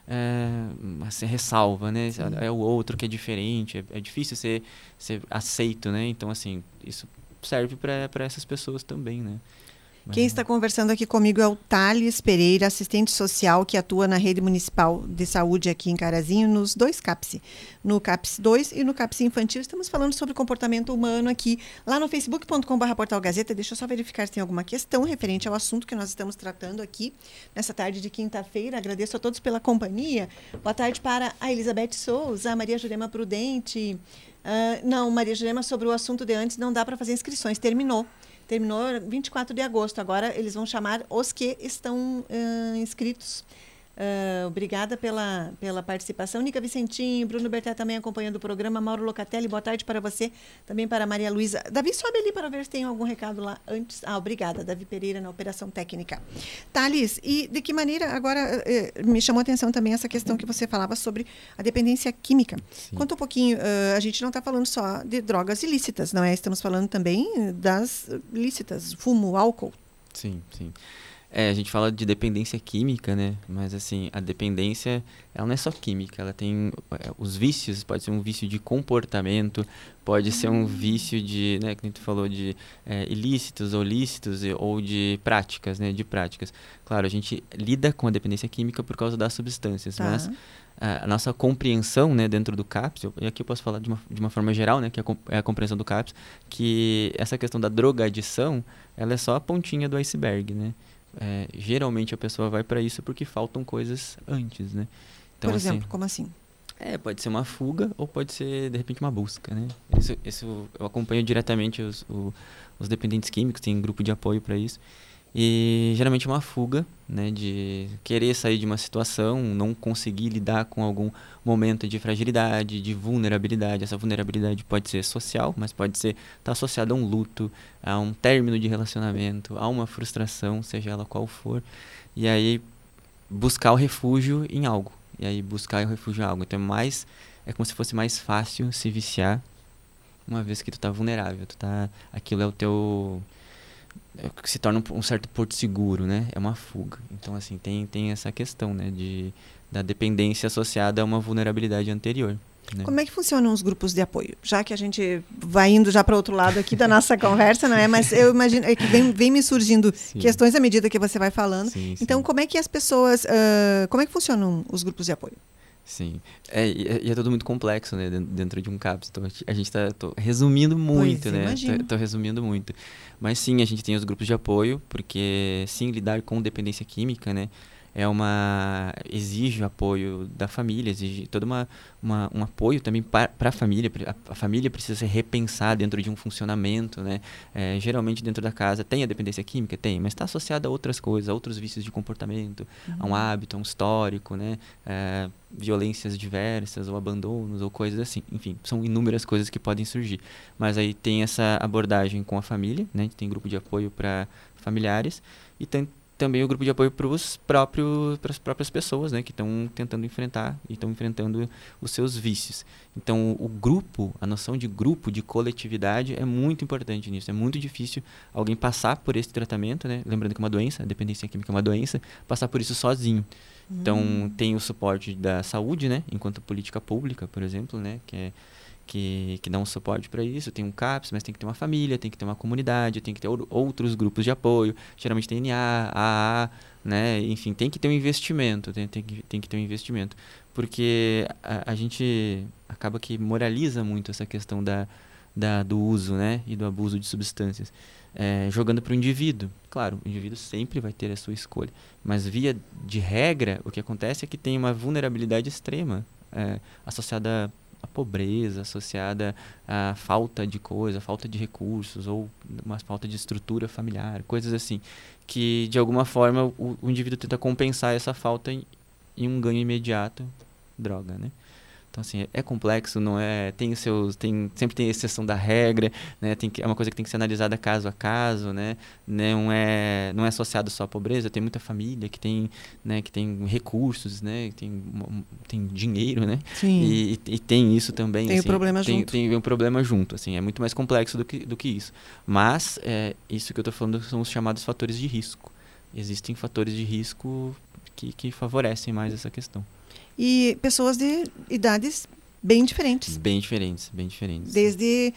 [SPEAKER 9] ressalva, né? Sim. É o outro que é diferente, é difícil ser aceito, né? Então, assim, isso serve para essas pessoas também, né?
[SPEAKER 1] Quem está conversando aqui comigo é o Thales Pereira, assistente social que atua na Rede Municipal de Saúde aqui em Carazinho, nos dois CAPS, no CAPS 2 e no CAPS Infantil. Estamos falando sobre comportamento humano aqui, lá no facebook.com/Portal Gazeta. Deixa eu só verificar se tem alguma questão referente ao assunto que nós estamos tratando aqui, nessa tarde de quinta-feira. Agradeço a todos pela companhia. Boa tarde para a Elizabeth Souza, a Maria Jurema Prudente. Não, Maria Jurema, sobre o assunto de antes, não dá para fazer inscrições, terminou 24 de agosto. Agora eles vão chamar os que estão inscritos. Obrigada pela participação. Nica Vicentinho, Bruno Berté também acompanhando o programa. Mauro Locatelli, boa tarde para você. Também para a Maria Luísa. Davi, sobe ali para ver se tem algum recado lá antes. Obrigada. Davi Pereira na operação técnica. Thales, e de que maneira, agora me chamou a atenção também essa questão que você falava sobre a dependência química. Sim. Conta um pouquinho, a gente não está falando só de drogas ilícitas, não é? Estamos falando também das lícitas, fumo, álcool.
[SPEAKER 9] Sim, sim. A gente fala de dependência química, né? Mas, assim, a dependência, ela não é só química. Ela tem os vícios, pode ser um vício de comportamento, pode ser um vício de, né, que a gente falou, de ilícitos ou lícitos ou de práticas, né? De práticas. Claro, a gente lida com a dependência química por causa das substâncias, mas a nossa compreensão, né, dentro do CAPS, e aqui eu posso falar de uma forma geral, né, que é a compreensão do CAPS, que essa questão da drogadição, ela é só a pontinha do iceberg, né? Geralmente a pessoa vai para isso porque faltam coisas antes, né? Então,
[SPEAKER 1] por exemplo, como assim?
[SPEAKER 9] Pode ser uma fuga ou pode ser, de repente, uma busca, né? Isso eu acompanho diretamente os dependentes químicos, tem grupo de apoio para isso. E geralmente é uma fuga, né, de querer sair de uma situação, não conseguir lidar com algum momento de fragilidade, de vulnerabilidade. Essa vulnerabilidade pode ser social, mas pode estar associada a um luto, a um término de relacionamento, a uma frustração, seja ela qual for. E aí buscar o refúgio em algo. Então é como se fosse mais fácil se viciar uma vez que tu tá vulnerável. Aquilo é o teu... que se torna um certo porto seguro, né? É uma fuga. Então, assim, tem essa questão, né, da dependência associada a uma vulnerabilidade anterior. Né?
[SPEAKER 1] Como é que funcionam os grupos de apoio? Já que a gente vai indo já para outro lado aqui da nossa conversa, não é? Mas eu imagino que vem me surgindo questões à medida que você vai falando. Sim, então, como é que as pessoas... como é que funcionam os grupos de apoio?
[SPEAKER 9] Sim. E é tudo muito complexo, né? Dentro de um CAPS. Então, a gente tô resumindo muito, né? Tô resumindo muito. Mas sim, a gente tem os grupos de apoio, porque sim, lidar com dependência química, né? exige o apoio da família, exige todo um apoio também para a família. A família precisa se repensar dentro de um funcionamento, né? Geralmente dentro da casa tem a dependência química, mas está associada a outras coisas, a outros vícios de comportamento, a um hábito, a um histórico, né? Violências diversas ou abandonos ou coisas assim. Enfim, são inúmeras coisas que podem surgir. Mas aí tem essa abordagem com a família, né? Tem grupo de apoio para familiares e tem também o grupo de apoio para as próprias pessoas, né, que estão tentando enfrentar e estão enfrentando os seus vícios. Então, a noção de grupo, de coletividade é muito importante nisso. É muito difícil alguém passar por esse tratamento, né, lembrando que é uma doença, a dependência química é uma doença, passar por isso sozinho. Então, tem o suporte da saúde, né, enquanto política pública, por exemplo, né, que dá um suporte para isso. Tem um CAPS, mas tem que ter uma família, tem que ter uma comunidade, tem que ter outros grupos de apoio, geralmente tem NA, AA, né? Enfim, tem que ter um investimento, tem que ter um investimento, porque a gente acaba que moraliza muito essa questão do uso, né? E do abuso de substâncias, jogando para o indivíduo. Claro, o indivíduo sempre vai ter a sua escolha, mas via de regra, o que acontece é que tem uma vulnerabilidade extrema associada a pobreza, associada à falta de coisa, falta de recursos ou uma falta de estrutura familiar, coisas assim, que de alguma forma o indivíduo tenta compensar essa falta em um ganho imediato, droga, né? Então, assim, é complexo, não é? Sempre tem exceção da regra, né? É uma coisa que tem que ser analisada caso a caso, né? Não é associado só à pobreza, tem muita família que tem, né, que tem recursos, né? Tem dinheiro, né?
[SPEAKER 1] Sim.
[SPEAKER 9] E tem isso também.
[SPEAKER 1] Tem
[SPEAKER 9] assim,
[SPEAKER 1] o problema junto.
[SPEAKER 9] Tem um problema junto, assim, é muito mais complexo do que isso. Mas, isso que eu estou falando são os chamados fatores de risco. Existem fatores de risco que favorecem mais essa questão.
[SPEAKER 1] E pessoas de idades bem diferentes.
[SPEAKER 9] Bem diferentes.
[SPEAKER 1] Desde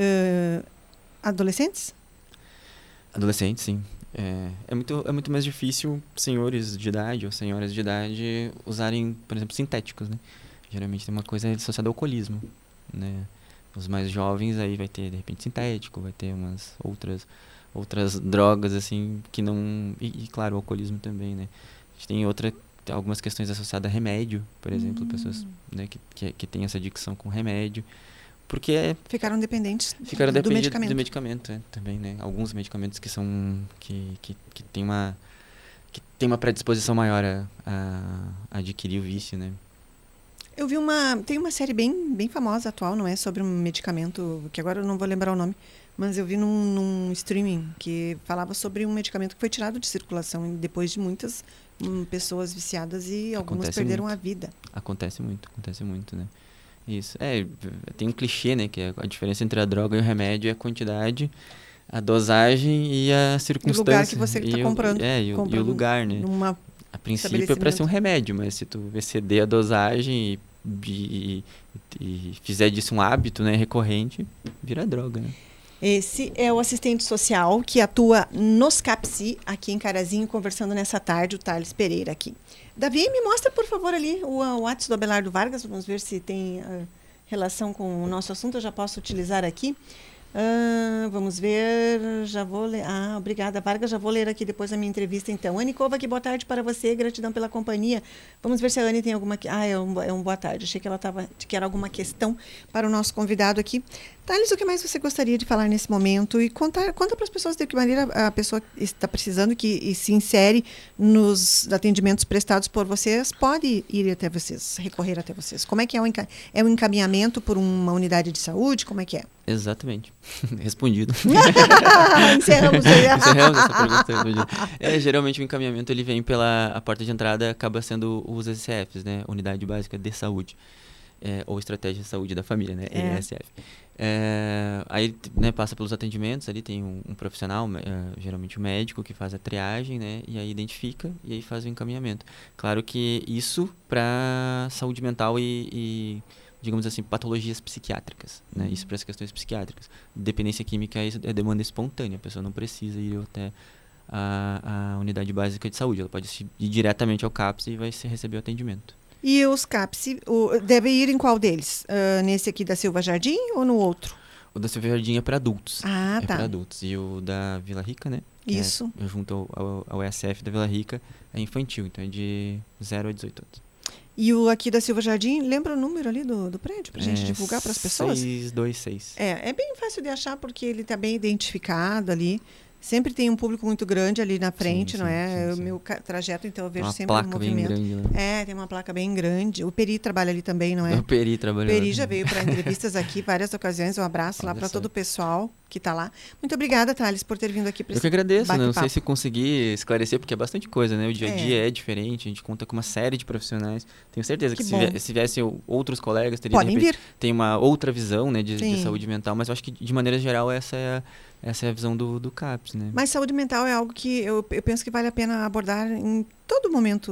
[SPEAKER 1] adolescentes?
[SPEAKER 9] Adolescentes, sim. É muito mais difícil senhores de idade ou senhoras de idade usarem, por exemplo, sintéticos, né? Geralmente tem uma coisa associada ao alcoolismo, né? Os mais jovens aí vai ter, de repente, sintético, vai ter umas outras drogas, assim, que não... E claro, o alcoolismo também, né? A gente tem algumas questões associadas a remédio, por exemplo, pessoas, né, que têm essa adicção com remédio, porque
[SPEAKER 1] ficaram dependentes do
[SPEAKER 9] medicamento também, né? Alguns medicamentos que são que tem uma predisposição maior a adquirir o vício, né?
[SPEAKER 1] Eu vi tem uma série bem famosa atual, não é, sobre um medicamento que agora eu não vou lembrar o nome, mas eu vi num streaming que falava sobre um medicamento que foi tirado de circulação depois de muitas pessoas viciadas e algumas perderam a vida. Acontece
[SPEAKER 9] muito, né? Isso. Tem um clichê, né? Que a diferença entre a droga e o remédio é a quantidade, a dosagem e a circunstância.
[SPEAKER 1] O lugar que você está comprando.
[SPEAKER 9] E o lugar, né? A princípio é para ser um remédio, mas se tu exceder a dosagem e fizer disso um hábito, né, recorrente, vira droga, né?
[SPEAKER 1] Esse é o assistente social que atua nos CAPSI, aqui em Carazinho, conversando nessa tarde, o Thales Pereira aqui. Davi, me mostra, por favor, ali o WhatsApp do Abelardo Vargas, vamos ver se tem relação com o nosso assunto, eu já posso utilizar aqui. Vamos ver, já vou ler. Obrigada, Vargas, já vou ler aqui depois da minha entrevista, então. Anne Kovac, boa tarde para você, gratidão pela companhia. Vamos ver se a Anne tem alguma... é um boa tarde, achei que era alguma questão para o nosso convidado aqui. Thales, o que mais você gostaria de falar nesse momento? E conta para as pessoas de que maneira a pessoa está precisando e se insere nos atendimentos prestados por vocês, pode ir até vocês, recorrer até vocês. Como é que é um encaminhamento por uma unidade de saúde? Como é que é?
[SPEAKER 9] Exatamente. Respondido.
[SPEAKER 1] Encerramos essa
[SPEAKER 9] pergunta. Geralmente o encaminhamento ele vem a porta de entrada, acaba sendo os ESFs, né? Unidade Básica de Saúde. Ou Estratégia de Saúde da Família, né? ESF. Aí, né, passa pelos atendimentos, ali tem um profissional, geralmente um médico, que faz a triagem, né? E aí identifica e aí faz o encaminhamento. Claro que isso para saúde mental e digamos assim, patologias psiquiátricas, né? Isso para as questões psiquiátricas. Dependência química é demanda espontânea, a pessoa não precisa ir até a unidade básica de saúde, ela pode ir diretamente ao CAPS e vai receber o atendimento.
[SPEAKER 1] E os CAPS, deve ir em qual deles? Nesse aqui da Silva Jardim ou no outro?
[SPEAKER 9] O da Silva Jardim é para adultos.
[SPEAKER 1] Ah, tá.
[SPEAKER 9] É para adultos. E o da Vila Rica, né?
[SPEAKER 1] Isso.
[SPEAKER 9] Junto ao ESF da Vila Rica, é infantil. Então é de 0 a 18 anos.
[SPEAKER 1] E o aqui da Silva Jardim, lembra o número ali do prédio, pra gente divulgar para as pessoas?
[SPEAKER 9] 626.
[SPEAKER 1] É bem fácil de achar, porque ele está bem identificado ali. Sempre tem um público muito grande ali na frente, não é? O meu trajeto, então, eu vejo sempre um movimento.
[SPEAKER 9] Bem grande, né?
[SPEAKER 1] Tem uma placa bem grande. O Peri trabalha ali também, não é?
[SPEAKER 9] O Peri trabalha.
[SPEAKER 1] O Peri já veio para entrevistas aqui várias ocasiões. Um abraço lá para todo o pessoal que está lá. Muito obrigada, Thales, por ter vindo aqui para esse
[SPEAKER 9] bate-papo. Eu que agradeço, né? Não sei se consegui esclarecer, porque é bastante coisa, né? O dia a dia é diferente, a gente conta com uma série de profissionais. Tenho certeza que se viessem outros colegas,
[SPEAKER 1] podem vir.
[SPEAKER 9] Tem uma outra visão, né, de saúde mental, mas eu acho que, de maneira geral, essa é a visão do CAPS, né?
[SPEAKER 1] Mas saúde mental é algo que eu penso que vale a pena abordar em todo momento.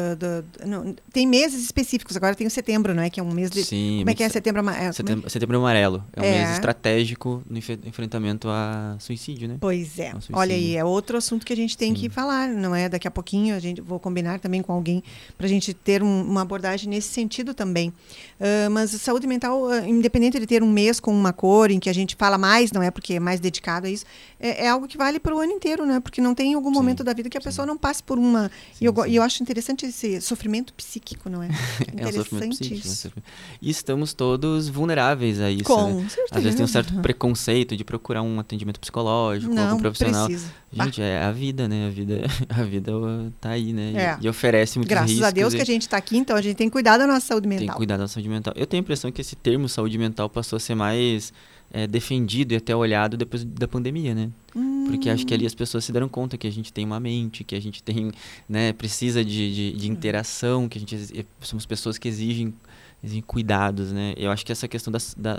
[SPEAKER 1] Tem meses específicos, agora tem o setembro, não é? Que é um mês de...
[SPEAKER 9] Sim.
[SPEAKER 1] Como é que é setembro?
[SPEAKER 9] Setembro amarelo. É um mês estratégico no enfrentamento a suicídio, né?
[SPEAKER 1] Pois é. Olha aí, é outro assunto que a gente tem que falar, não é? Daqui a pouquinho vou combinar também com alguém para a gente ter uma abordagem nesse sentido também. Mas saúde mental, independente de ter um mês com uma cor em que a gente fala mais, não é? Porque é mais dedicado a isso, é algo que vale para o ano inteiro, né? Porque não tem algum momento da vida que a pessoa não passe por uma... E eu acho interessante esse sofrimento psíquico, não é?
[SPEAKER 9] É um sofrimento psíquico. E estamos todos vulneráveis a isso,
[SPEAKER 1] com
[SPEAKER 9] né?
[SPEAKER 1] certeza.
[SPEAKER 9] Às vezes tem um certo preconceito de procurar um atendimento psicológico, algum profissional.
[SPEAKER 1] Precisa.
[SPEAKER 9] Gente, é a vida, né? A vida tá aí, né? E oferece muitos riscos.
[SPEAKER 1] Graças a Deus que a gente está aqui, então a gente tem que cuidar da nossa saúde mental.
[SPEAKER 9] Tem que cuidar da saúde mental. Eu tenho a impressão que esse termo saúde mental passou a ser mais defendido e até olhado depois da pandemia, né? Porque acho que ali as pessoas se deram conta que a gente tem uma mente, que a gente tem, né, precisa de interação, que somos pessoas que exigem cuidados, né? Eu acho que essa questão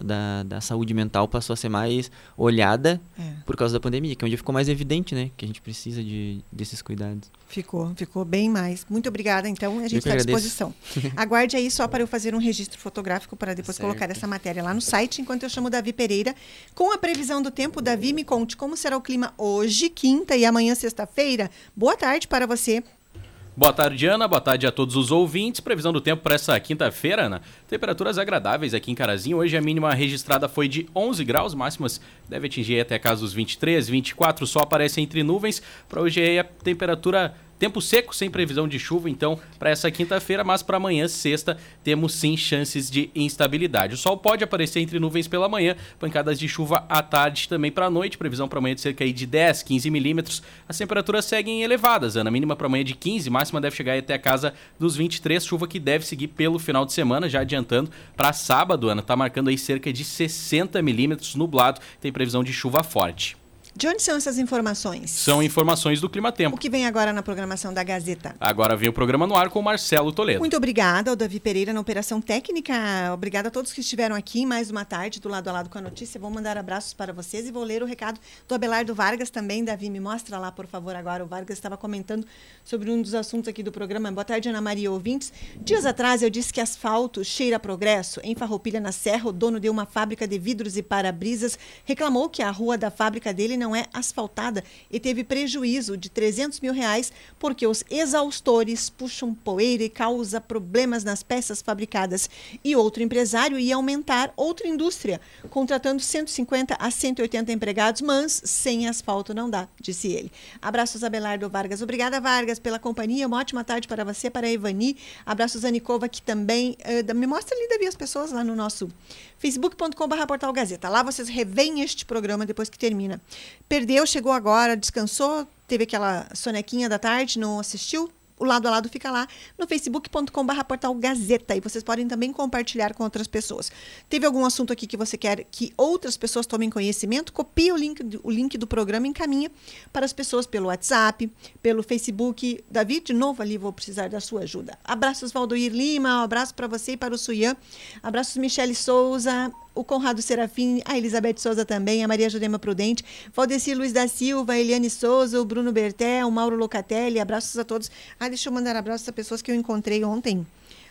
[SPEAKER 9] da saúde mental passou a ser mais olhada por causa da pandemia, que é onde ficou mais evidente, né? Que a gente precisa desses cuidados.
[SPEAKER 1] Ficou bem mais. Muito obrigada, então, a gente está à disposição. Aguarde aí só para eu fazer um registro fotográfico para depois colocar essa matéria lá no site, enquanto eu chamo o Davi Pereira. Com a previsão do tempo, Davi, me conte como será o clima hoje, quinta, e amanhã, sexta-feira. Boa tarde para você.
[SPEAKER 10] Boa tarde, Ana. Boa tarde a todos os ouvintes. Previsão do tempo para essa quinta-feira, Ana. Temperaturas agradáveis aqui em Carazinho. Hoje a mínima registrada foi de 11 graus, máximas deve atingir até casa dos 23, 24. Só aparece entre nuvens. Para hoje é a temperatura... Tempo seco, sem previsão de chuva, então, para essa quinta-feira, mas para amanhã, sexta, temos sim chances de instabilidade. O sol pode aparecer entre nuvens pela manhã, pancadas de chuva à tarde também para a noite, previsão para amanhã de cerca de 10, 15 milímetros. As temperaturas seguem elevadas, Ana, mínima para amanhã de 15, máxima deve chegar até a casa dos 23, chuva que deve seguir pelo final de semana, já adiantando para sábado, Ana, tá marcando aí cerca de 60 milímetros nublado, tem previsão de chuva forte.
[SPEAKER 1] De onde são essas informações?
[SPEAKER 10] São informações do Clima Tempo.
[SPEAKER 1] O que vem agora na programação da Gazeta?
[SPEAKER 10] Agora vem o programa no ar com o Marcelo Toledo.
[SPEAKER 1] Muito obrigada ao Davi Pereira na Operação Técnica. Obrigada a todos que estiveram aqui mais uma tarde do Lado a Lado com a Notícia. Vou mandar abraços para vocês e vou ler o recado do Abelardo Vargas também. Davi, me mostra lá, por favor, agora. O Vargas estava comentando sobre um dos assuntos aqui do programa. Boa tarde, Ana Maria, ouvintes. Dias atrás eu disse que asfalto cheira a progresso. Em Farroupilha, na Serra, o dono de uma fábrica de vidros e para-brisas reclamou que a rua da fábrica dele não é asfaltada e teve prejuízo de R$300 mil porque os exaustores puxam poeira e causa problemas nas peças fabricadas. E outro empresário ia aumentar outra indústria, contratando 150 a 180 empregados, mas sem asfalto não dá, disse ele. Abraços, Abelardo Vargas. Obrigada, Vargas, pela companhia. Uma ótima tarde para você, para a Evani. Abraços, Anicova, que também... me mostra ali, Davi, as pessoas lá no nosso facebook.com/Portal Gazeta. Lá vocês revêem este programa depois que termina. Perdeu, chegou agora, descansou, teve aquela sonequinha da tarde, não assistiu? O Lado a Lado fica lá no facebook.com/Portal Gazeta e vocês podem também compartilhar com outras pessoas. Teve algum assunto aqui que você quer que outras pessoas tomem conhecimento? Copia o link do programa e encaminha para as pessoas pelo WhatsApp, pelo Facebook. Davi, de novo ali vou precisar da sua ajuda. Abraços, Valdoir Lima, um abraço para você e para o Suyan. Abraços, Michele Souza, o Conrado Serafim, a Elizabeth Souza também, a Maria Jurema Prudente, Valdecir Luiz da Silva, a Eliane Souza, o Bruno Berté, o Mauro Locatelli, abraços a todos. Deixa eu mandar abraços a pessoas que eu encontrei ontem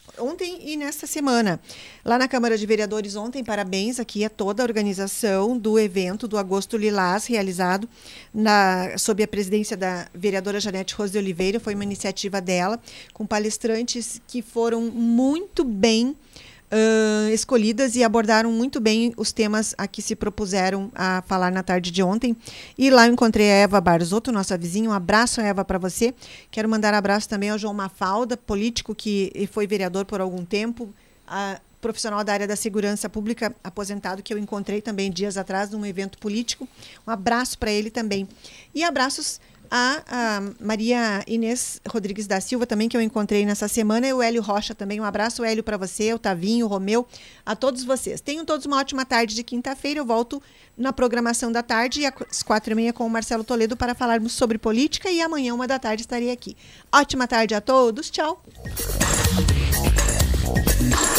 [SPEAKER 1] e nesta semana. Lá na Câmara de Vereadores ontem, parabéns aqui a toda a organização do evento do Agosto Lilás, realizado sob a presidência da vereadora Janete Rose de Oliveira. Foi uma iniciativa dela, com palestrantes que foram muito bem escolhidas e abordaram muito bem os temas a que se propuseram a falar na tarde de ontem. E lá eu encontrei a Eva Barzotto, nossa vizinha. Um abraço, Eva, para você. Quero mandar abraço também ao João Mafalda, político que foi vereador por algum tempo, profissional da área da segurança pública, aposentado, que eu encontrei também dias atrás num evento político. Um abraço para ele também. E abraços a Maria Inês Rodrigues da Silva também, que eu encontrei nessa semana, e o Hélio Rocha também. Um abraço, Hélio, para você, o Tavinho, o Romeu, a todos vocês. Tenham todos uma ótima tarde de quinta-feira. Eu volto na programação da tarde, às 4h30, com o Marcelo Toledo, para falarmos sobre política, e amanhã, 1h estarei aqui. Ótima tarde a todos. Tchau.